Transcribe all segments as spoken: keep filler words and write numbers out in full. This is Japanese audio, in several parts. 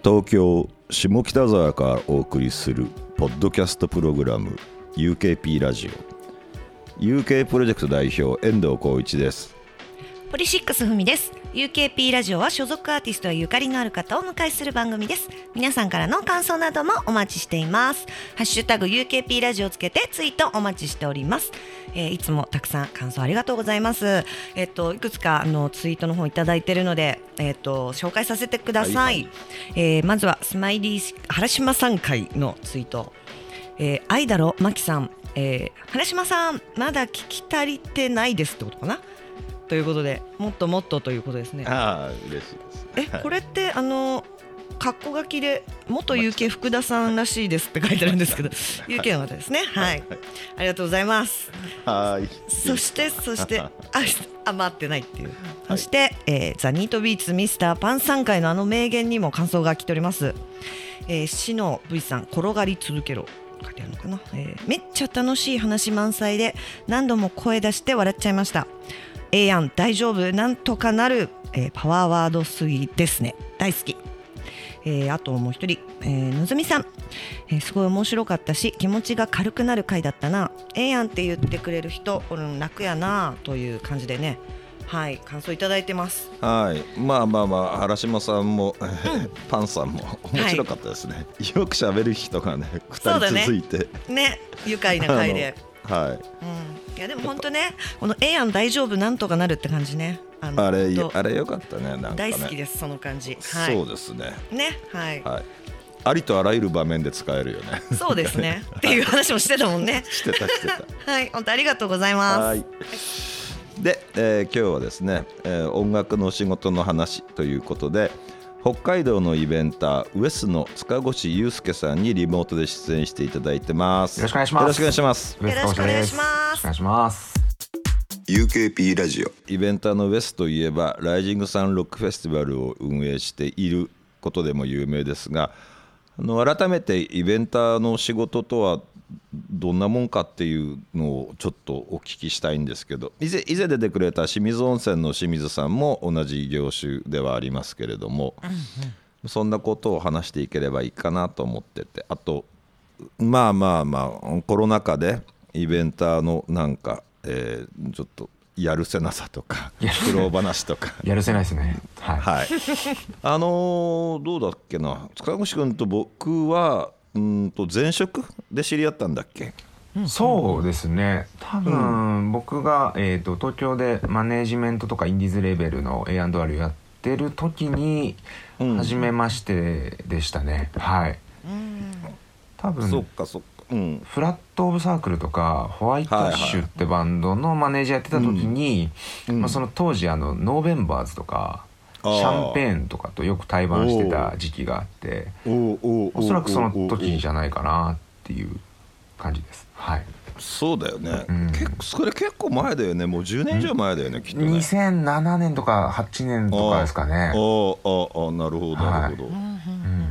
東京下北沢からお送りするポッドキャストプログラム ユーケーピー ラジオ ユーケー プロジェクト代表遠藤浩一です。 ポリシックスふみです。 ユーケーピー ラジオは所属アーティストやゆかりのある方をお迎えする番組です。皆さんからの感想などもお待ちしています。ハッシュタグ ユーケーピー ラジオをつけてツイートお待ちしております。えー、いつもたくさん感想ありがとうございます。えっといくつかあのツイートの方いただいているので、えっと紹介させてください。はいはい、えー、まずはスマイリー原島さん会のツイート、えー、愛だろまきさん、えー、原島さんまだ聞き足りてないですってことかなということで、もっともっとということですね。 ああ、嬉しいです。 え、これってあの括弧書きで元 ユーケー 福田さんらしいですって書いてあるんですけどユーケー の方ですね。はい、はい、ありがとうございます。 はい。 そしてそしてああ待ってないっていう、はい、そして、えー、ザニートビーツミスターパンさん会のあの名言にも感想が来ております。えー、シノ V さん転がり続けろ書いてあるのかな、えー、めっちゃ楽しい話満載で何度も声出して笑っちゃいました。ええやん大丈夫なんとかなる、えー、パワーワードすぎですね大好き。えー、あともう一人、えー、のぞみさん、えー、すごい面白かったし気持ちが軽くなる回だったな。ええやんって言ってくれる人、うん、楽やなという感じでね、はい感想いただいてます。 はい、まあまあまあ原島さんも、うん、パンさんも面白かったですね、はい、よく喋る人がねふたり続いてね, ね愉快な回ではい、うん、 いやでも本当ねこのええやん大丈夫なんとかなるって感じね。あのあれあれよかったね。なんかね大好きですその感じ、 はい、そうですねね、はい、はい、 ありとあらゆる場面で使えるよね。 そうですねっていう話もしてたもんねしてたしてたはい本当ありがとうございます。はいで、えー、今日はですね、えー、音楽の仕事の話ということで北海道のイベンターウエスの塚越祐介さんにリモートで出演していただいてます。 よろしくお願いします。 よろしくお願いします。 よろしくお願いします。 よろしくお願いします。 ユーケーピー ラジオイベンターのウエスといえばライジングサンロックフェスティバルを運営していることでも有名ですが、あの改めてイベンターの仕事とはどんなもんかっていうのをちょっとお聞きしたいんですけど、以前以前出てくれた清水温泉の清水さんも同じ業種ではありますけれども、うんうん、そんなことを話していければいいかなと思ってて、あとまあまあまあコロナ禍でイベンターのなんか、えー、ちょっとやるせなさとか苦労話とかやるせないですね。はい、はい、 あのー、どうだっけな、塚越君と僕はうんと前職で知り合ったんだっけ。 そうですね多分僕が、えーと東京でマネージメントとかインディーズレーベルの エーアンドアール やってる時に初めましてでしたね、うん、はい多分そっかそっか、うん、 フラットオブサークルとかホワイトッシュってバンドのマネージャーやってた時に、はいはい、まあ、その当時あのノーベンバーズとかシャンペーンとかとよく対バンしてた時期があって、おそらくその時じゃないかなっていう感じです。はい、 そうだよね、うん、結構それ結構前だよね。もうじゅうねん以上前だよね、うん、きっとね。 にせんななねんとかはちねんとかですかね。ああああなるほどなるほど、はい、うん、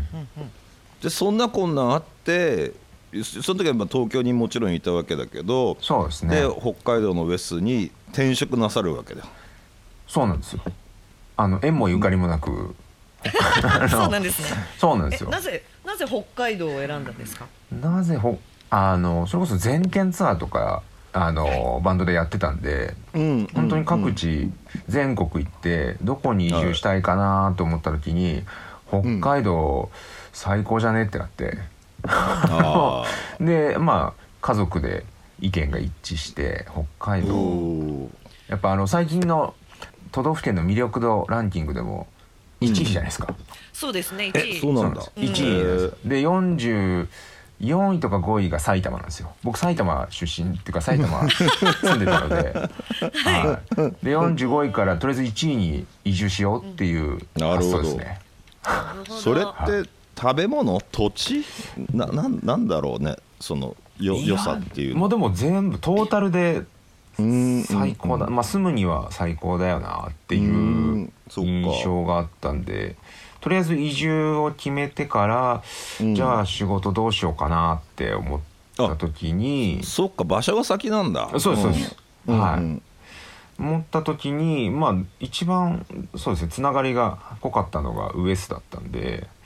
でそんなこんなんあってその時はまあ東京にもちろんいたわけだけど、 そうですね、 で北海道のウェスに転職なさるわけだよ。 そうなんですよ。あの縁もゆかりもなくそうなんですね。 そうなんですよ。 なぜなぜ北海道を選んだんですか。 なぜほあのそれこそ全県ツアーとかあのバンドでやってたんで、うん、本当に各地、うん、全国行ってどこに移住したいかなと思った時に、はい、北海道最高じゃねってなって、うん、でまあ家族で意見が一致して北海道やっぱあの最近の都道府県の魅力度ランキングでもいちいじゃないですか、うん、 そうですねいちい。 そうなんだ。 いちいですでよんじゅうよんいとかごいが埼玉なんですよ。僕埼玉出身っていうか埼玉住んでたので、はい、でよんじゅうごいからとりあえずいちいに移住しようっていう発想ですね。 それって食べ物土地 な, な, なんだろうねそのよ良さっていうの。 もうでも全部トータルで最高だ、まあ、住むには最高だよなっていう印象があったんで、とりあえず移住を決めてから、うん、じゃあ仕事どうしようかなって思った時に、 そっか場所が先なんだ。 そうですそうです、うん、はい、うん、思った時にまあ一番そうですねつながりが濃かったのがウエスだったんで、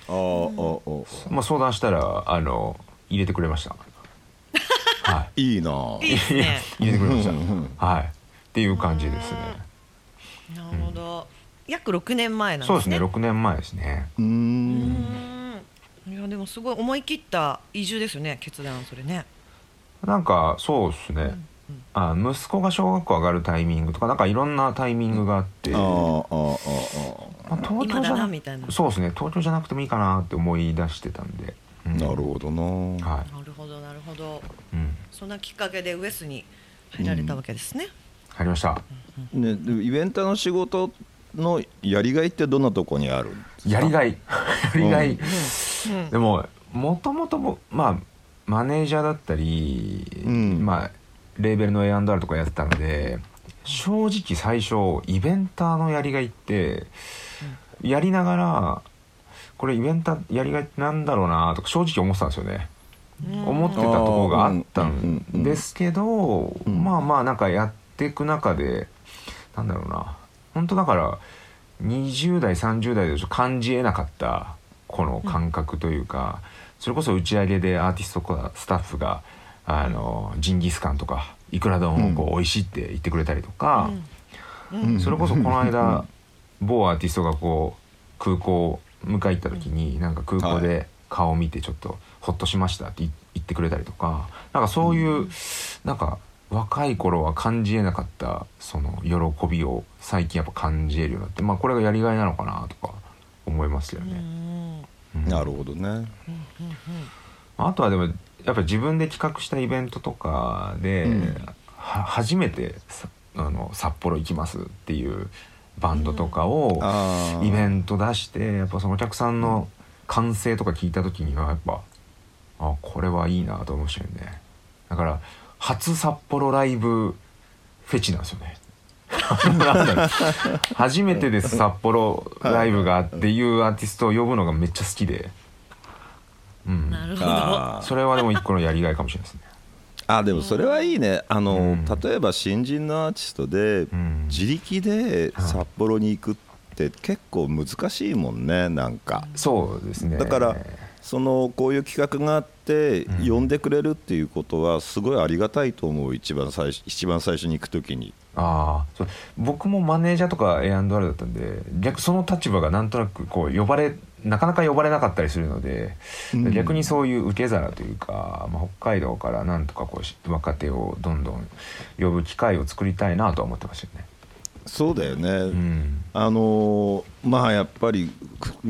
ああまあ、相談したらあの入れてくれました。 はい、いいないいですね入れてくれましたはいっていう感じですね。 なるほど、うん、約ろくねんまえなんですね。 そうですね、ろくねんまえですね。 うーん、いやでもすごい思い切った移住ですよね、決断。それね、 なんかそうですね、うんうん、あ息子が小学校上がるタイミングとかなんかいろんなタイミングがあって、うん、ああああああ、まあ、東京じゃなみたいな、そうですね、東京じゃなくてもいいかなって思い出してたんで、 うん、なるほどな、はい、 なるほどなるほど、うん、そんなきっかけでウエスに入られたわけですね。うん、 入りました、 ね、イベントの仕事のやりがいってどんなとこにあるんですか？ やりがいやりがい、うんうん、でももともともまあマネージャーだったり、うん、まあレーベルの エーアンドアール とかやってたので、正直最初イベンターのやりがいってやりながらこれイベンターやりがいってなんだろうなとか正直思ってたんですよね。思ってたところがあったんですけど、まあまあなんかやっていく中でなんだろうな、本当だからにじゅう代さんじゅう代で感じえなかったこの感覚というか、それこそ打ち上げでアーティストとかスタッフがあのジンギスカンとかいくら丼をこう美味しいって言ってくれたりとか、それこそこの間某アーティストがこう空港迎え行った時になんか空港で顔を見てちょっとほっとしましたって言ってくれたりとか、なんかそういうなんか若い頃は感じえなかったその喜びを最近やっぱ感じえるようになって、まあこれがやりがいなのかなとか思いますよね。 うん、なるほどね。 あとはでもやっぱ自分で企画したイベントとかで、うん、は初めてあの札幌行きますっていうバンドとかをイベント出してやっぱそのお客さんの歓声とか聞いた時にはやっぱあこれはいいなと思いましたよね。だから初札幌ライブフェチなんですよね。初めてです札幌ライブがっていうアーティストを呼ぶのがめっちゃ好きで、うん、 なるほど。 それはでも一個のやりがいかもしれないですね。 あでもそれはいいね。あの、うん、例えば新人のアーティストで、うん、自力で札幌に行くって結構難しいもんね。なんかそうですね。 だからそのこういう企画があって呼んでくれるっていうことはすごいありがたいと思う。一番最初、一番最初に行くときに。 あそう僕もマネージャーとか エーアンドアール だったんで逆その立場がなんとなくこう呼ばれなかなか呼ばれなかったりするので、うん、逆にそういう受け皿というか、まあ、北海道からなんとかこう若手をどんどん呼ぶ機会を作りたいなとは思ってましたよね。 そうだよね、うん、あのまあやっぱり、うん、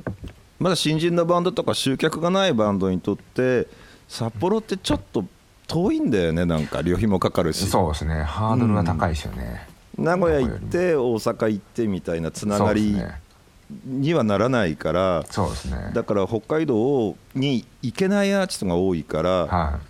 まだ新人のバンドとか集客がないバンドにとって札幌ってちょっと遠いんだよね。なんか旅費もかかるし。 そうですね、ハードルが高いですよね、 うん、名古屋行って大阪行ってみたいなつながりにはならないから。 そうですね。 だから北海道に行けないアーティストが多いから、はい、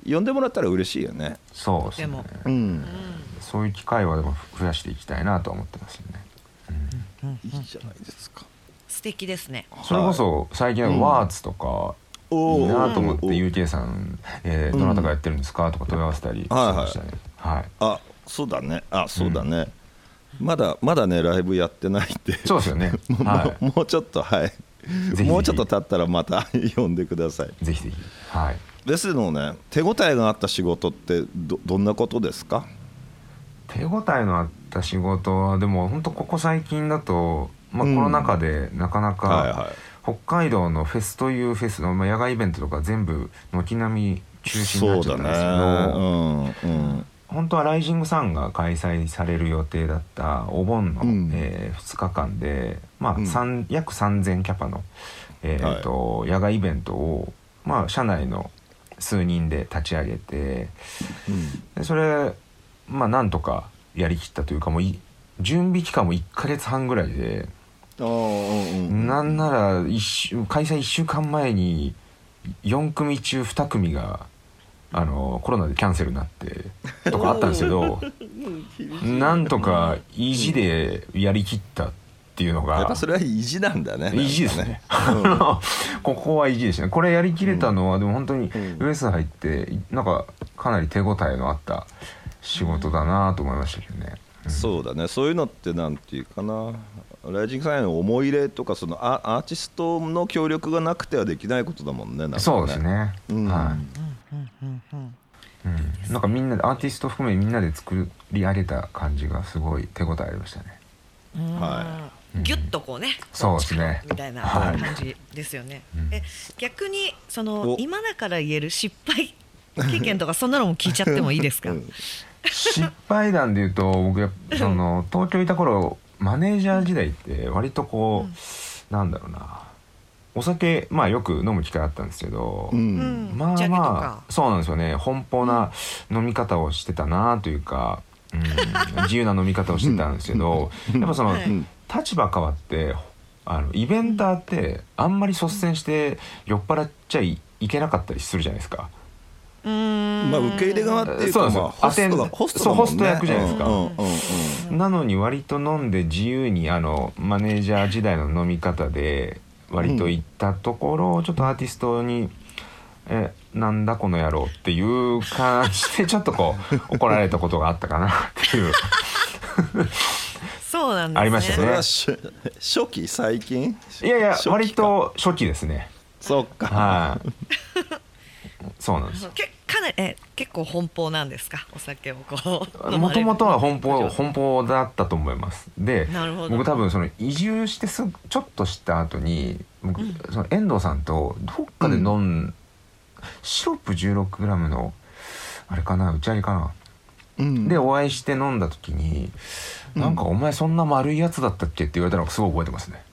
呼んでもらったら嬉しいよね。 そうですね、うん、そういう機会はでも増やしていきたいなと思ってますよね、 うん、いいじゃないですか。 素敵ですね。 それこそ最近はワーツとか、いいなと思って ユーケー さん、えー、どなたがやってるんですかとか問い合わせたりしましたね。はいはい、 あそうだね。あそうだね、うん、まだまだねライブやってないんで。 そうですよね、 はい、もうちょっとはいぜひぜひもうちょっと経ったらまた呼んでください。 ぜひぜひ。はい。 ですのね手応えがあった仕事って ど, どんなことですか？ 手応えのあった仕事はでも本当ここ最近だと、まあ、コロナ禍でなかなか、うんはいはい、北海道のフェスというフェスの、まあ、野外イベントとか全部軒並み中止になっちゃったんですけど、うんうん、本当はライジングサンが開催される予定だったお盆の、うんえー、ふつかかんで、まあうん、約さんぜんキャパの、えーとはい、野外イベントを、まあ、社内の数人で立ち上げて、うん、でそれ、まあ、なんとかやりきったというかもうい準備期間もいっかげつはんぐらいで。あうんうん、なんなら一週開催いっしゅうかんまえによん組中に組があのコロナでキャンセルになってとかあったんですけどなんとか意地でやりきったっていうのが、 やっぱそれは意地なんだね。 意地ですね、うん、ここは意地ですね。これやりきれたのは、うん、でも本当にウエス入ってなんかかなり手応えのあった仕事だなと思いましたけどね、 うん、そうだね。そういうのってなんていうかな、あライジングさんへの思い入れとかその ア, アーティストの協力がなくてはできないことだもんね。なんかねそうですね、うん、はい、 うんうんうんうん、なんかみんなでアーティスト含めみんなで作り上げた感じがすごい手応えありましたね。 はい、ギュッとこうね、 そうですねみたいな感じですよね、はい、え逆にその今だから言える失敗経験とかそんなのも聞いちゃってもいいですか？うん、 失敗談でいうと僕やその東京いた頃マネージャー時代って割とこう、うん、なんだろうなお酒まあよく飲む機会あったんですけど、うん、まあまあそうなんですよね奔放な飲み方をしてたなというか、うん、自由な飲み方をしてたんですけどやっぱその、はい、立場変わってあのイベンターってあんまり率先して酔っ払っちゃ い, いけなかったりするじゃないですか。 うーんまあ受け入れ側っていうか、まあ、ホストがホストだもんね。 ホスト役じゃないですか、うんうんうん、なのに割と飲んで自由にあのマネージャー時代の飲み方で割と行ったところ、うん、ちょっとアーティストにえなんだこの野郎っていう感じでちょっとこう怒られたことがあったかなっていうそうなんですね。 ありましたね。 初期最近いやいや割と初期ですね。 そっか、 はい、そうなんです。 けかなりえ結構奔放なんですか、お酒をこう。 もともとは奔放奔放だったと思います。で僕多分その移住してすぐちょっとした後に僕、うん、その遠藤さんとどっかで飲ん、うん、シロップ じゅうろくグラム のあれかな打ち上げかな、うん、でお会いして飲んだ時に、うん、なんかお前そんな丸いやつだったっけって言われたのがすごい覚えてますね。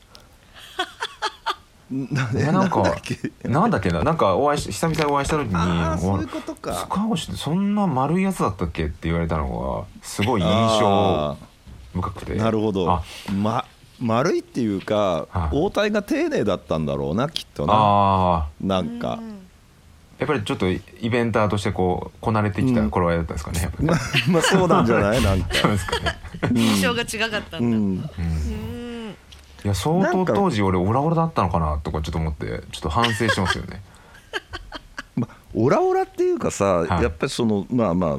な, なんかなんだっけななんかお会いし久々にお会いした時にあそういうことか塚越ってそんな丸いやつだったっけって言われたのがすごい印象深くて。 なるほど。あ、ま、丸いっていうか応対が丁寧だったんだろうなきっとな。あなんかやっぱりちょっとイベンターとしてこうこなれてきた頃合いだったんですかね、 うん、ま, まあそうなんじゃないなんかそうですかね印象が違かったんだ、うんうんいや相当当時俺オラオラだったのかなとかちょっと思ってちょっと反省してますよね。 ま、オラオラっていうかさ、はい、やっぱりそのまあまあ、うん、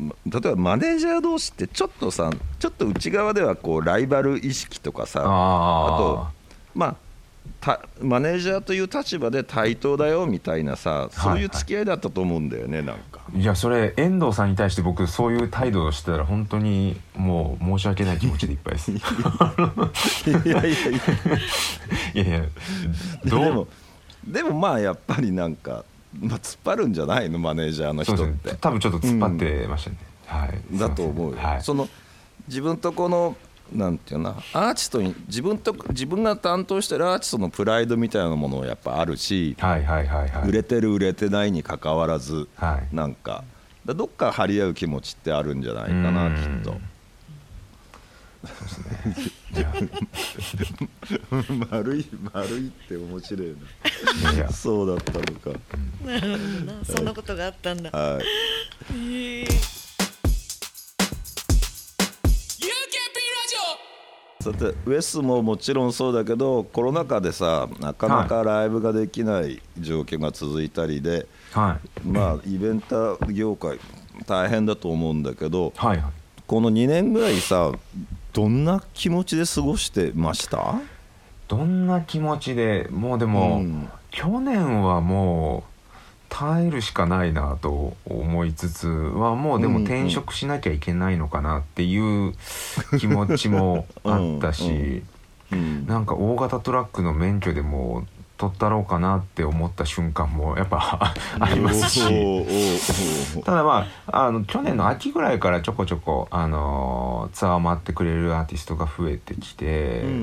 例えばマネージャー同士ってちょっとさちょっと内側ではこうライバル意識とかさ あ, あとまあマネージャーという立場で対等だよみたいなさそういう付き合いだったと思うんだよね、はいはい、なんかいやそれ遠藤さんに対して僕そういう態度をしてたら本当にもう申し訳ない気持ちでいっぱいですいやいやいやいやいやどうでもでもまあやっぱりなんか、まあ、突っ張るんじゃないのマネージャーの人って、ね、 多分ちょっと突っ張ってましたね、うんはい、 だと思うよ、はい、その自分とこのなんていうなアーティストに自分と自分が担当してるアーティストのプライドみたいなものやっぱあるし、 はいはいはいはい、 売れてる売れてないにかかわらず、 はい、 なんかだどっか張り合う気持ちってあるんじゃないかなきっと。 そうですね丸い丸いって面白いな。いやそうだったのか。 なるほどな、そんなことがあったんだ。 はい。えーさてウエスももちろんそうだけどコロナ禍でさなかなかライブができない状況が続いたりで、はい、まあイベント業界大変だと思うんだけど、はいはい、このにねんぐらいさどんな気持ちで過ごしてました？ どんな気持ちでもうでも、うん、去年はもう耐えるしかないなと思いつつはもうでも転職しなきゃいけないのかなっていう気持ちもあったしなんか大型トラックの免許でも取ったろうかなって思った瞬間もやっぱありますしただまあ、あの去年の秋ぐらいからちょこちょこ、あのー、ツアー回ってくれるアーティストが増えてきて、うん、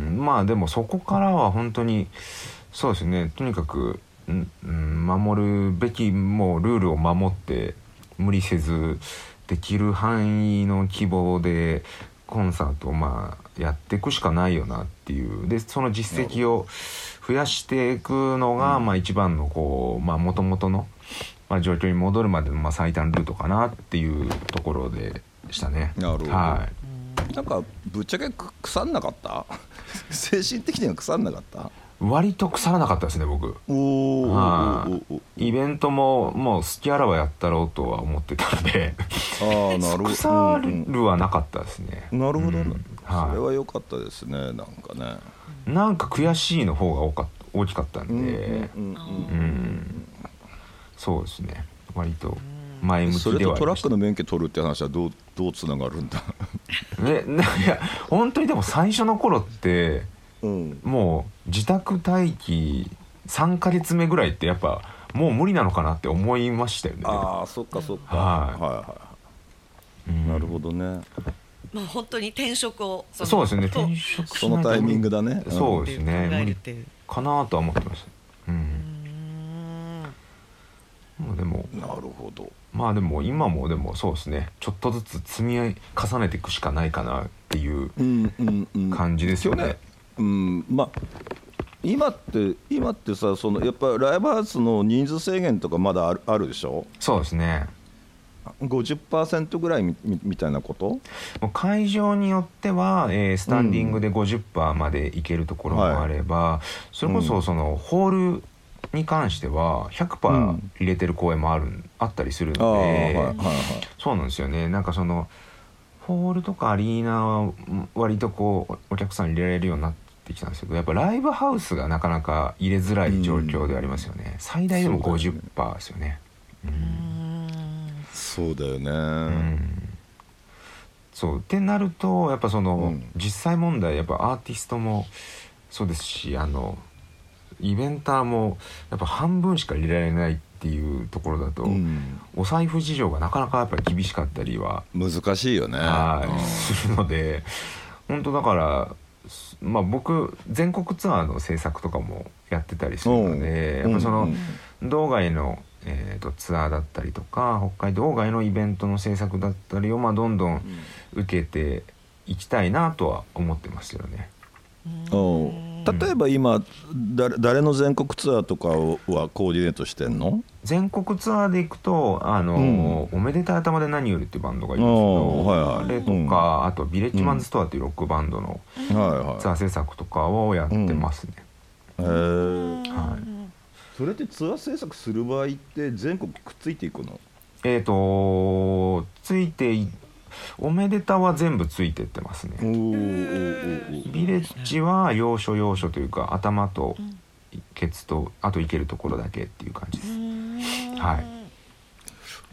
うんまあでもそこからは本当にそうですねとにかくうん、守るべきもうルールを守って無理せずできる範囲の規模でコンサートをまあやっていくしかないよなっていうでその実績を増やしていくのがまあ一番のこうまあ元々のまあ状況に戻るまでのまあ最短ルートかなっていうところでしたね。 なるほど、はい、なんかぶっちゃけ腐んなかった精神的には腐んなかった割と腐らなかったですね僕。お、はあ、イベントももう好きあらばやったろうとは思ってたんであなるほど腐るはなかったですね。 なるほど、うん、 それは良かったですね。なんかね、 なんか悔しいの方が多かった大きかったんで、そうですね、割と前向きではありました。 それとトラックの免許取るって話はどうどうつながるんだね、いや本当にでも最初の頃って、うん、もう自宅待機さんかげつめぐらいってやっぱもう無理なのかなって思いましたよね。 ああ、そっかそっか、 はいはいはい、うん、なるほどね。 まあ本当に転職をそそうですね、転職そのタイミングだね、 うん、そうですね、無理かなとは思ってました。うん、もうでもなるほど。 まあでも今もでもそうですね、ちょっとずつ積み重ねていくしかないかなっていう感じですよね。 うん、まあ今って今ってさ、そのやっぱライブハウスの人数制限とかまだある、あるでしょ。 そうですね、 ごじゅっパーセント ぐらい み, みたいなこと。もう会場によっては、えー、スタンディングで ごじゅっパーセント までいけるところもあれば、うん、はい、それこそそのホールに関しては ひゃくパーセント 入れてる公演もある、うん、あったりするので、はいはいはい、そうなんですよね。なんかそのホールとかアリーナは割とこうお客さん入れられるようになってきたんですけど、やっぱライブハウスがなかなか入れづらい状況でありますよね、うん、最大でも ごじゅっパーセント ですよね。 そうだよね、うんうんそうってなるとやっぱその、うん、実際問題やっぱアーティストもそうですし、あのイベンターもやっぱ半分しか入れられないっていうところだと、うん、お財布事情がなかなかやっぱり厳しかったりは難しいよね、 はい、するので、本当だからまあ僕全国ツアーの制作とかもやってたりするので、やっぱその道外のえー、とツアーだったりとか北海道外のイベントの制作だったりを、まあ、どんどん受けていきたいなとは思ってますよね。 お例えば今誰、誰の全国ツアーとかはコーディネートしてんの？ 全国ツアーで行くとあの、うん、おめでたい頭で何よりっていうバンドがいるんですけど、はいはい、あれとか、うん、あとビレッジマンズストアっていうロックバンドのツアー制作とかをやってますね。 うんうん、へー、はい。それってツアー制作する場合って全国くっついていくの？ えーとついておめでたは全部ついてってますね。ビレッジは要所要所というか頭とケツとあと行けるところだけっていう感じです。はい。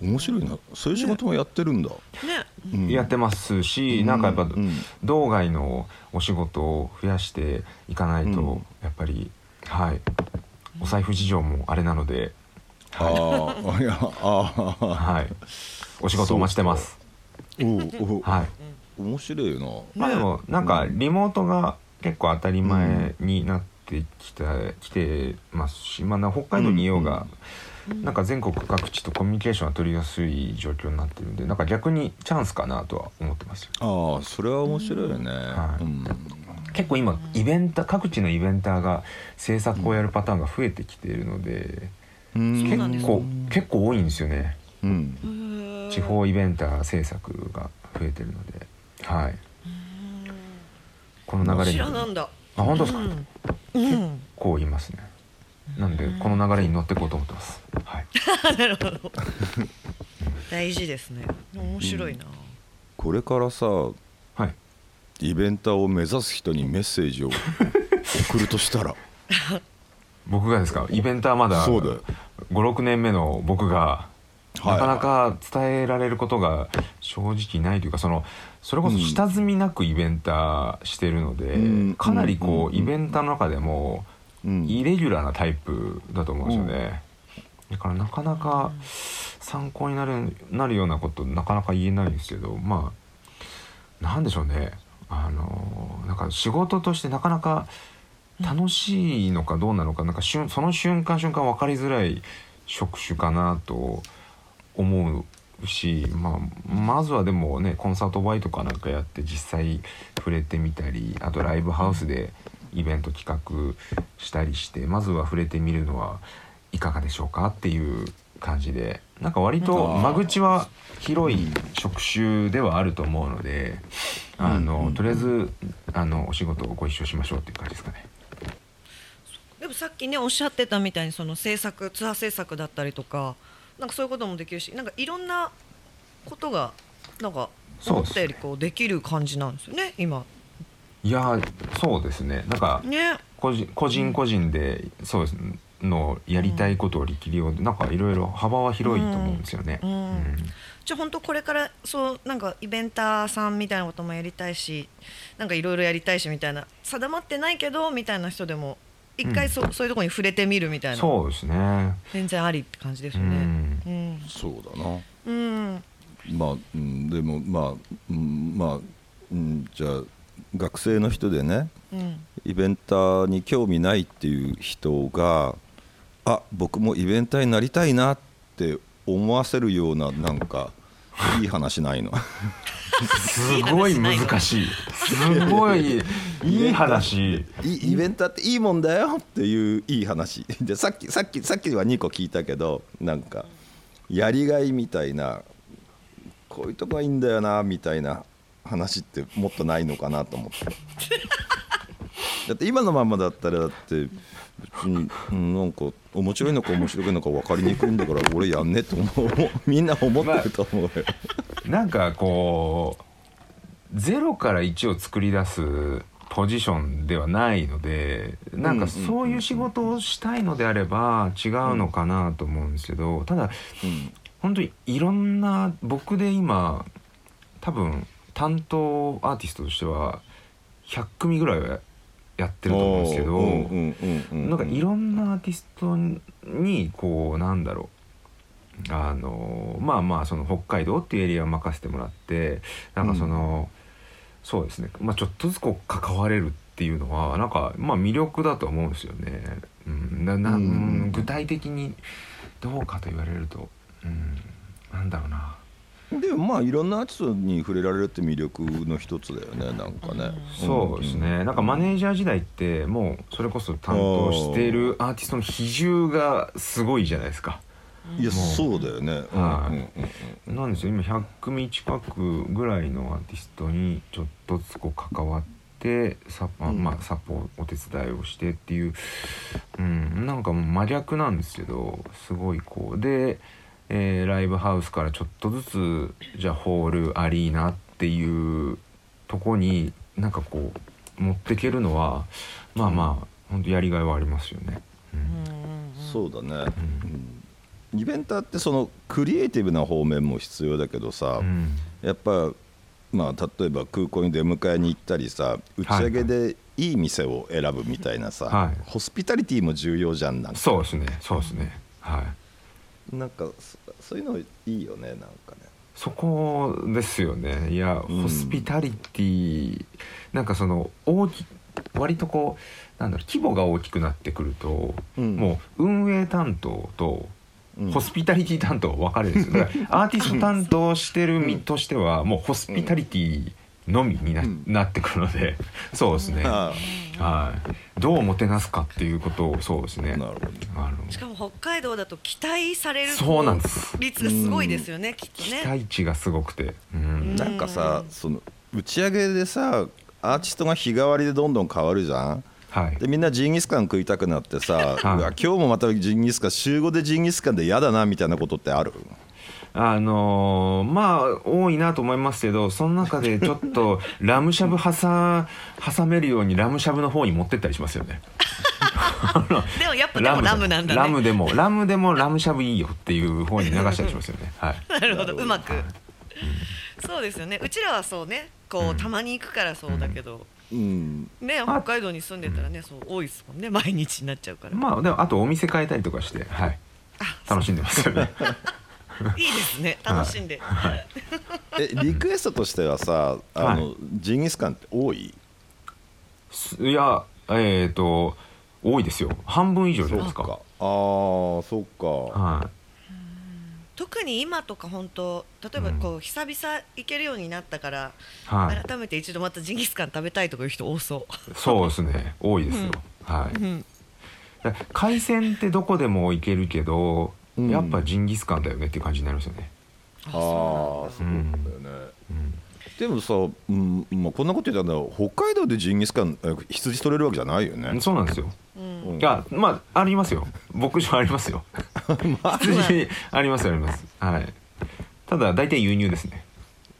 面白いな。そういう仕事もやってるんだ。ね、 うん、やってますし、なんかやっぱ、うん、道外のお仕事を増やしていかないと、うん、やっぱりはいお財布事情もあれなので、 はい、あいやあはい、お仕事お待ちしてます。 おお、 はい、 面白いな。 まあでもなんかリモートが結構当たり前になってきた、うん、きてますし、まあ、北海道にいようが、うん、なんか全国各地とコミュニケーションが取りやすい状況になってるんで、なんか逆にチャンスかなとは思ってますよ。 ああ、それは面白いよね、 はい、 うん、 結構今イベンター各地のイベンターが制作をやるパターンが増えてきているので、うん、結構結構多いんですよね、うん、地方イベンター制作が増えてるので、はい、この流れにあ、本当ですか、うん、結構いますね。なんでこの流れに乗っていこうと思ってます、はい、 なるほど大事ですね。面白いな、うん、 これからさ、はい、イベンターを目指す人にメッセージを送るとしたら僕がですか？イベンターまだごろくねんめの僕がなかなか伝えられることが正直ないというか、そのそれこそ下積みなくイベンターしてるので、うん、かなりこうイベンターの中でもイレギュラーなタイプだと思うんですよね、うん、だからなかなか参考になる、なるようなことなかなか言えないんですけど、まあなんでしょうね、あのなんか仕事としてなかなか楽しいのかどうなのか、なんかその瞬間瞬間分かりづらい職種かなと思うし、まあ、まずはでもねコンサートバイトかなんかやって実際触れてみたり、あとライブハウスでイベント企画したりして、まずは触れてみるのはいかがでしょうかっていう感じで、なんか割と間口は広い職種ではあると思うので、あのとりあえずあのお仕事をご一緒しましょうっていう感じですかね。 でもさっきねおっしゃってたみたいにその制作ツアー制作だったりとかなんかそういうこともできるし、なんかいろんなことがなんか思ったよりこうできる感じなんですよね今。 いやそうですね、なんか、 ね、 個人個人個人でそうですのやりたいことを力量で、うん、なんかいろいろ幅は広いと思うんですよね。 うんうんうん、じゃあ本当これからそうなんかイベンターさんみたいなこともやりたいし、なんかいろいろやりたいしみたいな、定まってないけどみたいな人でも一回 そ,、うん、そういうところに触れてみるみたいな、 そうですね、 全然ありって感じですよね。うんうん、 そうだな、 うん、 まあ、うん、でもまあ、うん、まあ、うん、じゃあ学生の人でね、うん、イベンターに興味ないっていう人が、あ、僕もイベンターになりたいなって思わせるような、なんかいい話ないの？ すごい難しい、すごいいい話。 イベンターっていいもんだよっていういい話で、さっきさっきさっきはにこ聞いたけど、なんかやりがいみたいな、こういうとこがいいんだよなみたいな話ってもっとないのかなと思ってだって今のままだったら、だって別に、うん、なんか面白いのか面白くないのか分かりにくいんだから俺やんねって思うみんな思ってると思うよ、 まあ、なんかこうゼロからいちを作り出すポジションではないので、なんかそういう仕事をしたいのであれば違うのかなと思うんですけど、ただ、うん、本当にいろんな、僕で今多分担当アーティストとしてはひゃっくみぐらいはやってると思うんですけど、なんかいろんなアーティストにこうなんだろう、あのまあまあその北海道っていうエリアを任せてもらって、なんかその、うん、そうですね、まあちょっとずつこう関われるっていうのはなんかまあ魅力だと思うんですよね。うん、なな、うん、具体的にどうかと言われると、うん、なんだろうな。 でもまあいろんなアーティストに触れられるって魅力の一つだよね、なんかね。 そうですね、なんかマネージャー時代ってもうそれこそ担当しているアーティストの比重がすごいじゃないですか。 いやそうだよね、 はい、うんうん、なんですよ、今ひゃっくみ近くぐらいのアーティストにちょっとずつこう関わってサポ、まあ、サポお手伝いをしてっていう、うん、なんかもう真逆なんですけど、すごいこうで、えー、ライブハウスからちょっとずつじゃあホールアリーナっていうとこになんかこう持ってけるのはまあまあ本当やりがいはありますよね。 うん、そうだね、うん、イベンターってそのクリエイティブな方面も必要だけどさ、うん、やっぱまあ例えば空港に出迎えに行ったりさ、打ち上げでいい店を選ぶみたいなさ、はい、ホスピタリティも重要じゃん。なんかそうですね、そうですね、はい、 なんかそういうのいいよね、なんかね。 そこですよね。いや、うん、ホスピタリティなんかその大き割とこうなんだろう、規模が大きくなってくると、うん、もう運営担当とホスピタリティ担当分かれるんですよ。だからアーティスト担当してる身としてはもうホスピタリティのみに な,、うん、なってくるので、そうですね、はい、どうもてなすかっていうことを、そうですね。なるほど。 しかも北海道だと期待されるそうなんです率がすごいですよね、うん、きっとね。 期待値がすごくて、 うん、なんかさ、その打ち上げでさアーティストが日替わりでどんどん変わるじゃん。はい、でみんなジンギスカン食いたくなってさ、はい、今日もまたジンギスカン、週ごでジンギスカンで嫌だなみたいなことってある？ あのー、まあ多いなと思いますけど、その中でちょっとラムしゃぶ挟, 挟めるようにラムしゃぶの方に持ってったりしますよね。 でもやっぱでもラムなんだね。 ラムでもラムでもラムしゃぶいいよっていう方に流したりしますよね。はい、 なるほど、うまく、はい、そうですよね。うちらはそうね、こう、うん、たまに行くからそうだけど、うん、ね、北海道に住んでたらね、そう多いですもんね、毎日になっちゃうから。 まあでもあとお店変えたりとかして、はい、楽しんでますよね。 いいですね、楽しんで、はいはい、 えリクエストとしてはさ、あの、はい、ジンギスカンって多い？ いや、えーと多いですよ。半分以上じゃないですか。ああ、 そっか、はい、 特に今とか本当例えばこう久々行けるようになったから、はい、改めて一度またジンギスカン食べたいとかいう人多そう。 そうですね、多いですよ、うん、はい、うん、海鮮ってどこでも行けるけど、うん、やっぱジンギスカンだよねっていう感じになりますよね。 ああ、そうだよね、うん、でもさ、うんまあ、こんなこと言ったら北海道でジンギスカン羊取れるわけじゃないよね。 そうなんですよ、うん、いやまあありますよ、牧場ありますよ。羊ありますあります、はい、ただ大体輸入ですね。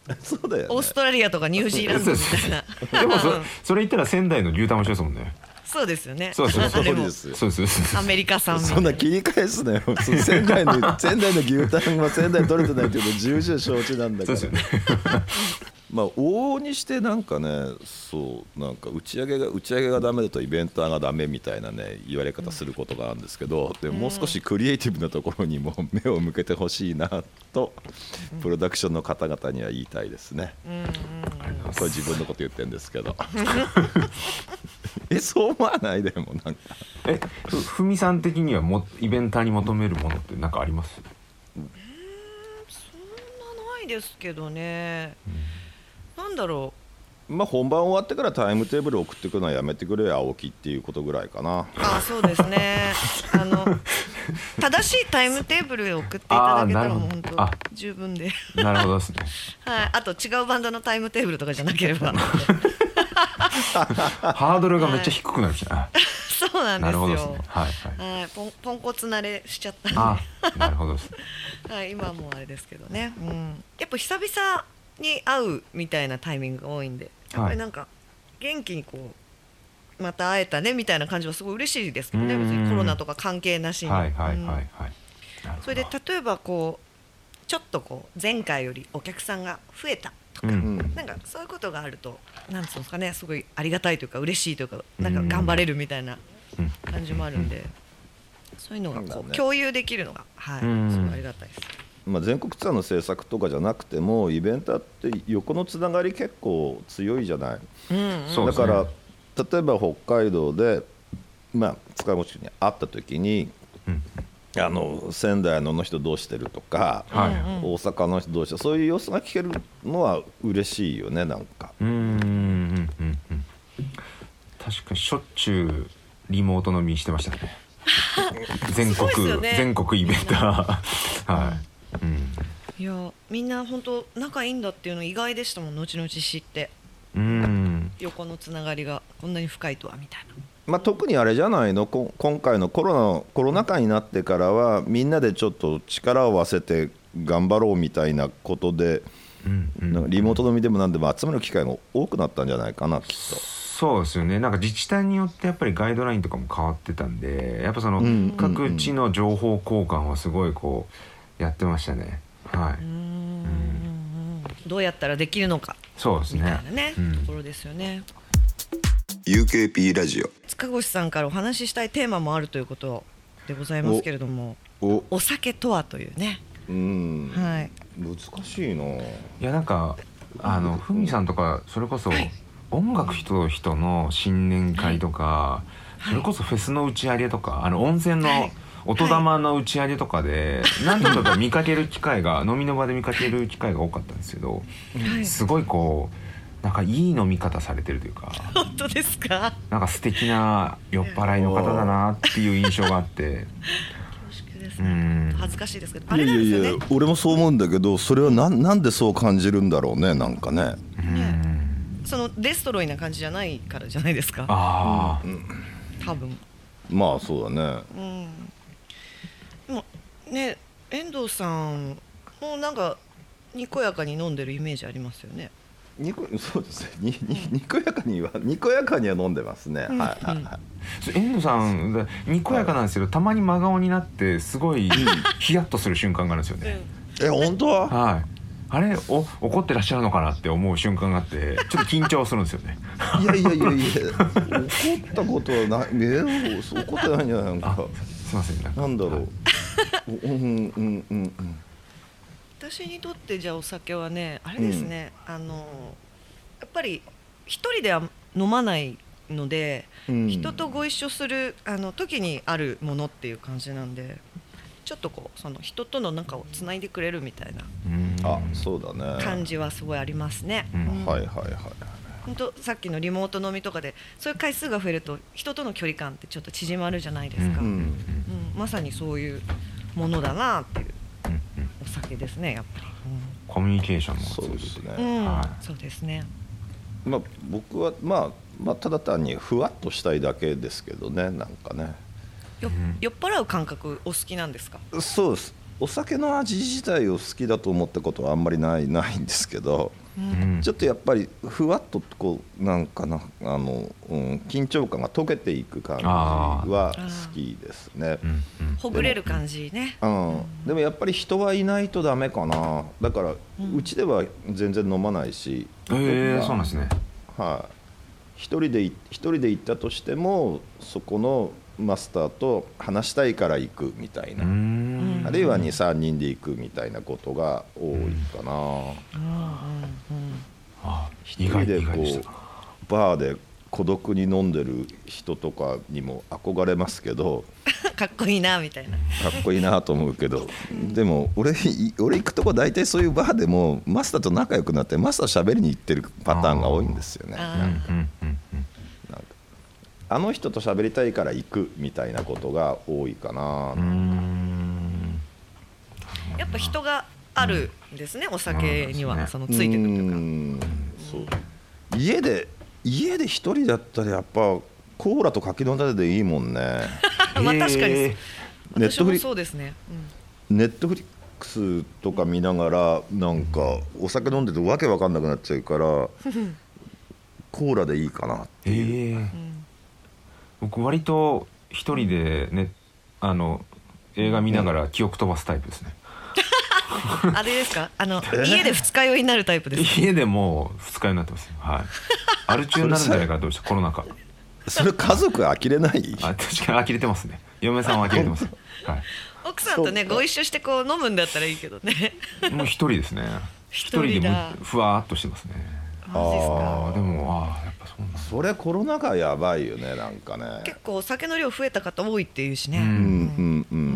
そうだよね、 オーストラリアとかニュージーランドみたいなでも そ, それ言ったら仙台の牛タンも一緒ですもんね。 そうですよね。 そうそうそうあれもですよ。 そうです。 アメリカ産みたいな。 そんな切り返すなよ。仙台の仙台の牛タンは仙台に取れてないっていうの重々承知なんだけど。 そうですよね。 まあ往々にしてなんかね、そうなんか打ち上げが打ち上げがダメだとイベンターがダメみたいなね言われ方することがあるんですけど、でももう少しクリエイティブなところにも目を向けてほしいなとプロダクションの方々には言いたいですね。 うんうんうん、 これ自分のこと言ってるんですけど。え、そう思わないでもなんか。 え、ふふみさん的にはもイベンターに求めるものって何かあります？ うーん、そんなないですけどね。うん、なんだろう。まあ本番終わってからタイムテーブル送ってくるのはやめてくれよ青木っていうことぐらいかな。 あ、そうですね。あの正しいタイムテーブルを送っていただけたらもう本当十分で。 なるほどですね。 はい。あと違うバンドのタイムテーブルとかじゃなければ。 ハードルがめっちゃ低くなるじゃん。はい、 そうなんですよ。なるほどですね。 はいはい。 はい、ポンポンコツ慣れしちゃったんで。 あ、なるほどですね。 はい、今はもうあれですけどね。うん。やっぱ久々に会うみたいなタイミングが多いんで、やっぱりなんか元気にこうまた会えたねみたいな感じはすごい嬉しいですけどね。別にコロナとか関係なしに。 はいはいはいはい。 うん、それで例えばこうちょっとこう前回よりお客さんが増えたとか、うん、なんかそういうことがあるとなんつうんですかね、すごいありがたいというか嬉しいというか、なんか頑張れるみたいな感じもあるんで、そういうのがこう共有できるのが、はい、すごいありがたいです。 まあ、全国ツアーの制作とかじゃなくてもイベンターって横のつながり結構強いじゃない、うんうん、だから例えば北海道で、まあ、塚越に会った時に、うん、あの仙台の人どうしてるとか、はい、大阪の人どうしてる、そういう様子が聞けるのは嬉しいよね。なんかうんうんうんうん、確かにしょっちゅうリモート飲みしてましたね。全国、ね、全国イベンターはい、 うん、いやみんな本当仲いいんだっていうの意外でしたもん。後々知ってうん、横のつながりがこんなに深いとはみたいな。 まあ、特にあれじゃないの、今回のコロナ、コロナ禍になってからはみんなでちょっと力を合わせて頑張ろうみたいなことで、うんうん、なんかリモート飲みでも何でも集まる機会が多くなったんじゃないかなきっと。 そうですよね。なんか自治体によってやっぱりガイドラインとかも変わってたんで、やっぱその各地の情報交換はすごいこうやってましたね。はい。うん、 どうやったらできるのか。 そうですね。 みたいなね、うん、ところですよね。 ユーケーピー ラジオ。 塚越さんからお話ししたいテーマもあるということでございますけれども、お、お酒とはというね。うん、 はい。難しいな。いやなんかあのふみさんとかそれこそ、はい、音楽と人の新年会とか、はい、それこそフェスの打ち上げとか、あの温泉の音玉の打ち上げとかで、はい、何度か見かける機会が飲みの場で見かける機会が多かったんですけど、はい、すごいこうなんかいい飲み方されてるというか、 本当ですか？ なんか素敵な酔っ払いの方だなっていう印象があってうん、恥ずかしいですけど、あれなんですよね。 いやいや俺もそう思うんだけど、それは な, なんでそう感じるんだろうね。なんかね、ね、 そのデストロイな感じじゃないからじゃないですか。 あ、うん、 多分まあそうだね、うん、 でもね、遠藤さんもなんかにこやかに飲んでるイメージありますよね。 にこそうですね、にににこやかにはにこやかには飲んでますね、うん、はいはいはい。 遠藤さんにこやかなんですけど、たまに真顔になってすごいヒヤッとする瞬間があるんですよね、 うん、え本当は、 はい、あれお怒ってらっしゃるのかなって思う瞬間があって、ちょっと緊張するんですよね。 いやいやいやいや怒ったことはない、え怒ってないんじゃないのか。 すいません、なんかなんだろう、うんうんうんうん、 私にとってじゃあお酒はね、あれですね、うん、あのやっぱり一人では飲まないので、うん、人とご一緒するあの時にあるものっていう感じなんで、ちょっとこうその人との仲をつないでくれるみたいな、 うん、あ、そうだね、 感じはすごいありますね、 うんうん、はいはいはい。 本当さっきのリモート飲みとかでそういう回数が増えると人との距離感ってちょっと縮まるじゃないですか、うんうんうん、まさにそういうものだなっていうお酒ですね、やっぱり、うん、 コミュニケーションもそうですね、 うん、はい、そうですね。 まあ、僕は、まあ、まあただ単にふわっとしたいだけですけどね、なんかね。 よ酔っ払う感覚お好きなんですか？ そうです。 お酒の味自体を好きだと思ったことはあんまりないないんですけど、うん、ちょっとやっぱりふわっとこうなんかなあの、うん、緊張感が解けていく感じは好きですね。 ほぐれる感じね。 うん、でもやっぱり人はいないとダメかな。だからうち、ん、では全然飲まないし、 へえー、そうなんですね。 はい、一人で一人で行ったとしてもそこのマスターと話したいから行くみたいな、あるいは にさんにんで行くみたいなことが多いかな。一人でこうバーで孤独に飲んでる人とかにも憧れますけどかっこいいなみたいな、 かっこいいなと思うけどでも 俺, 俺行くとこ大体そういうバーでもマスターと仲良くなってマスター喋りに行ってるパターンが多いんですよね。あの人と喋りたいから行くみたいなことが多いかな。うーん、 やっぱ人があるんですね、お酒にはそのついてくるとか。うん、 そう家で家で一人だったらやっぱコーラと柿の種でいいもんね。 まあ確かにネットフリそうですね、 うん、ネットフリックスとか見ながらなんかお酒飲んでてわけわかんなくなっちゃうからコーラでいいかなっていう、うん、 僕割と一人でね、あの映画見ながら記憶飛ばすタイプですね。 あれですか、あの家で二日酔いになるタイプですか。 家でもう二日酔いになってます、はい、アル中になるんじゃないかと思ってコロナ禍。 それ家族呆れない？ あ、確かに呆れてますね。嫁さんは呆れてます、はい、 奥さんとねご一緒してこう飲むんだったらいいけどね。もう一人ですね。一人でもふわっとしてますね。 マジですか。 あでもあやっぱそうなんだ。 それコロナ禍やばいよね、なんかね。 結構お酒の量増えた方多いっていうしね。 うんうんうん、うん、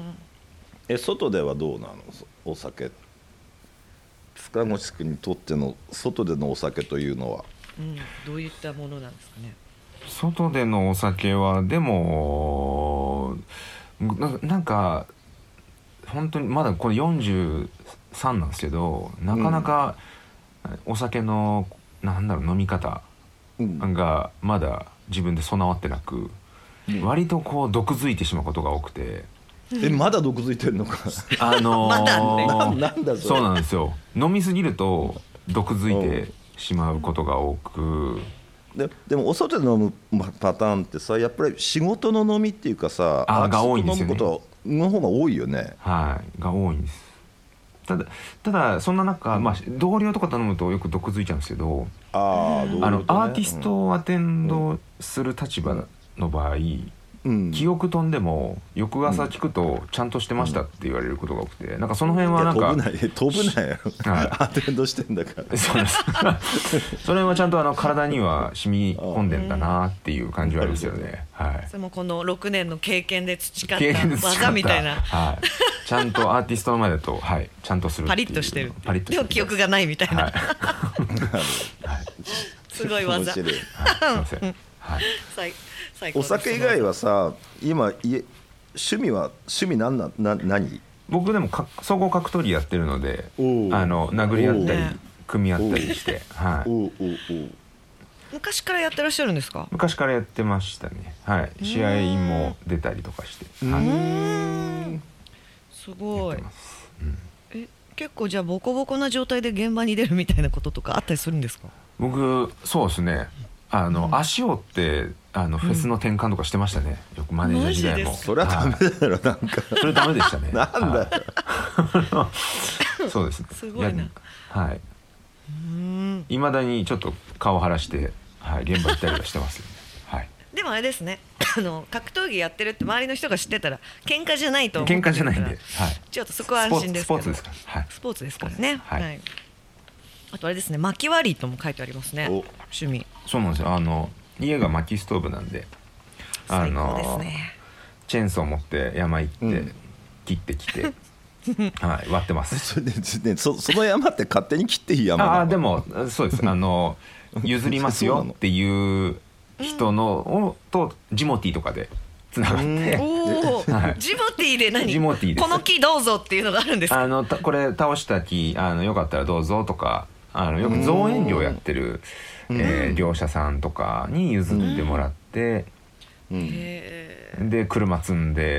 え外ではどうなのお酒。塚越君にとっての外でのお酒というのは、 うん、どういったものなんですかね。 外でのお酒はでも な, なんか本当にまだこれよんじゅうさんなんですけど、なかなかお酒のなんだろう飲み方がまだ自分で備わってなく、うん、割とこう毒づいてしまうことが多くて。 えまだ毒づいてるのか。 あのー、 まだね。 な, なんだそれ。 そうなんですよ。飲みすぎると毒づいてしまうことが多く。 で, でもお外で飲むパターンってさやっぱり仕事の飲みっていうかさあが多いんですよね。 飲むことの方が多いよね。 はいが多いんです。ただただそんな中、まあ、同僚とかと飲むとよく毒づいちゃうんですけど、 あ、ね、 あのアーティストをアテンドする立場の場合、うん、記憶飛んでも翌朝聞くとちゃんとしてましたって言われることが多くて、なんかその辺はなんか飛ぶない飛ぶないよ、はい、アーテンドしてんだからそうですそれはちゃんとあの体には染み込んでんだなっていう感じはありますよね、はい、 それもこのろくねんの経験で培った技みたいな、 はい、ちゃんとアーティストの前だと、はい、ちゃんとするっていうパリッとしてるパリッとしてるでも記憶がないみたいな、はいはい、 すごい技。 面白い、はい、すいません、はいお酒以外はさ今家趣味は趣味何なな何？ 僕でもか総合格闘技やってるので、あの殴り合ったり組み合ったりして、はい、おうおうおう昔からやってらっしゃるんですか？ 昔からやってましたね、はい、試合も出たりとかして、はい、うーんすごい、うん、え結構じゃあボコボコな状態で現場に出るみたいなこととかあったりするんですか？ 僕そうですね、あの、うん、足をってあのフェスの転換とかしてましたね、うん、よくマネージャー時代も。 それはダメだろ、なんかそれダメでしたねなんだよそうですね、 すごいな、 はい、いまだにちょっと顔晴らして、はい、現場行ったりはしてますよね、はい、 でもあれですね、あの格闘技やってるって周りの人が知ってたら喧嘩じゃないと思って喧嘩じゃないんで、はい、 ちょっとそこは安心ですけど、 スポーツですから、はい、 スポーツですからね、 はいはい、あとあれですね、薪割りとも書いてありますね、趣味。 そうなんですよ、あの家が薪ストーブなんで、 あの最高ですね、 チェーンソー持って山行って、うん、切ってきてはい、割ってますそれで、ね、そ, その山って勝手に切っていい山なの？ あでもそうですあの譲りますよっていう人のをとジモティーとかでつながって、 おはい、ジモティーで何？ ジモティーです。 この木どうぞっていうのがあるんですか？ あのこれ倒した木あのよかったらどうぞとか、あのよく造園業やってる、えー、業者さんとかに譲ってもらって、うん、で車積んで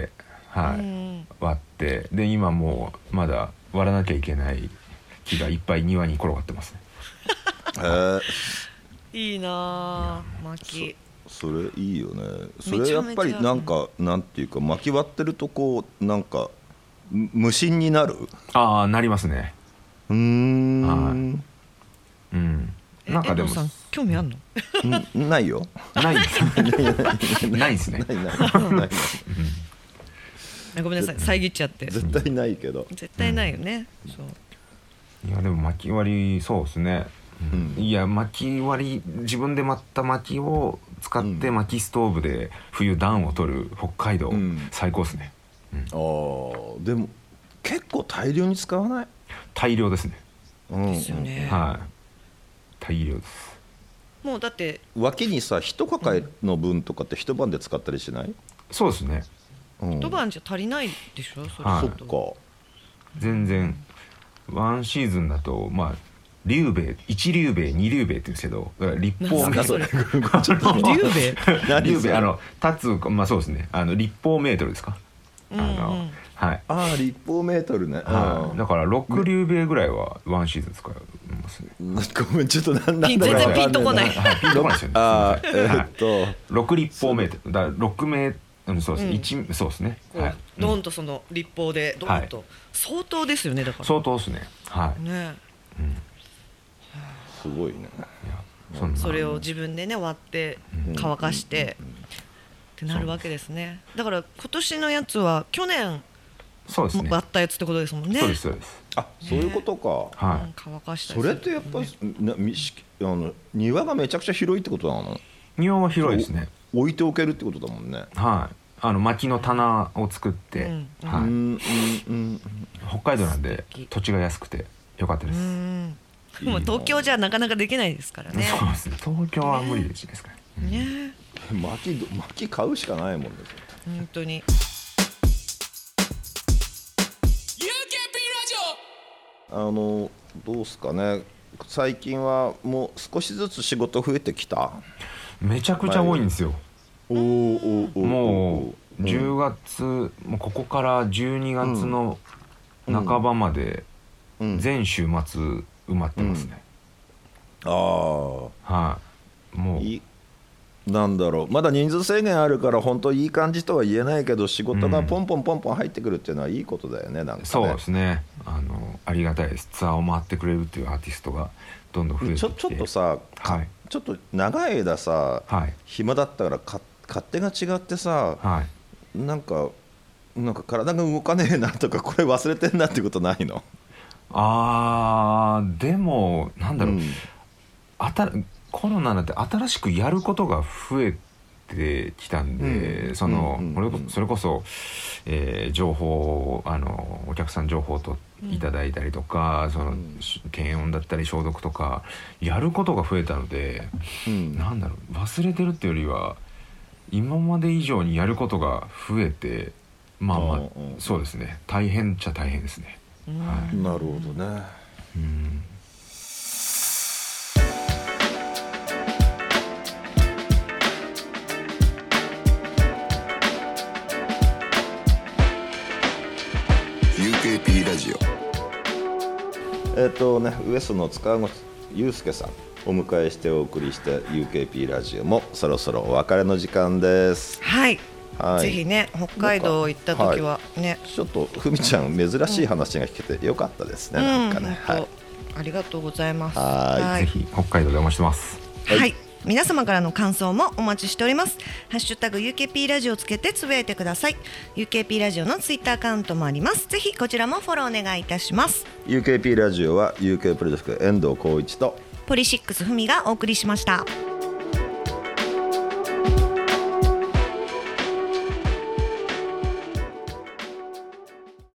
はい、割ってで今もうまだ割らなきゃいけない木がいっぱい庭に転がってますね。 へーいいな薪。 そ, それいいよね。それやっぱりなんかなんていうか薪割ってるとこうなんか無心になる。 ああなりますね。 うーん、はい、 うん。なんかでも遠藤さん興味あんの？ んないよ。 ないですないですね。 ないないないないごめんなさい遮っちゃって。 絶対ないけど。 絶対ないよね。うん、そう。 いやでも薪割りそうですね。うん、いや薪割り自分で割った薪を使って薪ストーブで冬暖を取る北海道、うん、最高ですね。うん、ああでも結構大量に使わない？ 大量ですね。 ですよね。 はい。大量です。 もうだって脇にさ一抱えの分とかって一晩で使ったりしない？ そうですね。 うん、一晩じゃ足りないでしょ。それ、 はい、 そっか。 全然ワンシーズンだとまあ竜兵衛一竜兵衛二竜兵衛って言うんですけど立方メートル。 竜兵衛？ 竜兵衛あの立つまあそうですねあの立方メートルですか。あの、うんうん、はい。 ああ立方メートルね。 はい。だからろく竜兵衛ぐらいはワンシーズン使いますね。 ごめんちょっとなんだ全然ピンとこない。 はい、ピンとこないですよね。 あえー、っとろく立方メートルだからろくメートルそうですね。いち、うん、そうですね。 はい。ドンとその立方でドンと、はい、相当ですよねだから。 相当ですね。はい。 ね。 うん。 すごいね。 いや そ, それを自分でね割って乾かして、うんうんうん、ってなるわけですね。だから今年のやつは去年そうですね割ったやつってことですもんね。 そうですそうです。 あそういうことか。 はい。 うん、乾かしたそれってやっぱりなあの庭がめちゃくちゃ広いってことなの？ 庭は広いですね。 置いておけるってことだもんね。 はい。あの薪の棚を作って、 うんはい。うんうんうん、 北海道なんで土地が安くてよかったです。 うんもう東京じゃなかなかできないですからね。 そうですね。東京は無理ですかね。ね。 薪薪買うしかないもんですよ。 本当に。 あのどうすかね。最近はもう少しずつ仕事増えてきた？ めちゃくちゃ多いんですよ。 おおおもうじゅうがつ、うん、もうここからじゅうにがつの半ばまで全週末埋まってますね。 うんうん、ああはい、もういなんだろうまだ人数制限あるから本当いい感じとは言えないけど仕事がポンポンポンポン入ってくるっていうのはいいことだよね。なんかねそうですね。あのありがたいです。ツアーを回ってくれるっていうアーティストがどんどん増えてきて、 ちょ、ちょっとさ、はい、ちょっと長い間さ、はい、暇だったからか勝手が違ってさ、はい、なんかなんか体が動かねえなとかこれ忘れてんなってことないの？ あーでもなんだろう、うん、あたコロナになって新しくやることが増えてきたんで、うん、その、うんうん、それこそ、えー、情報あのお客さん情報といただいたりとか、うん、その検温だったり消毒とかやることが増えたので、うん、なんだろう忘れてるっていうよりは今まで以上にやることが増えてまあまあそうですね大変っちゃ大変ですね。 はい、なるほどね。うんユーケーピー ラジオえっとねウエストの塚越祐介さんお迎えしてお送りした ユーケーピー ラジオもそろそろお別れの時間です。 はい、はい、ぜひね北海道行った時はね、 はい、ちょっとふみちゃん珍しい話が聞けてよかったですね、うん、なんかね、はい、 ありがとうございます。 はい、 はい、ぜひ北海道でお待ちしてます。 はい、はい、皆様からの感想もお待ちしております。ハッシュタグ ユーケーピー ラジオをつけてつぶやいてください。 ユーケーピー ラジオのツイッターアカウントもあります。ぜひこちらもフォローお願いいたします。 ユーケーピー ラジオは ユーケー プロジェクト遠藤浩一とポリシックスふみがお送りしました。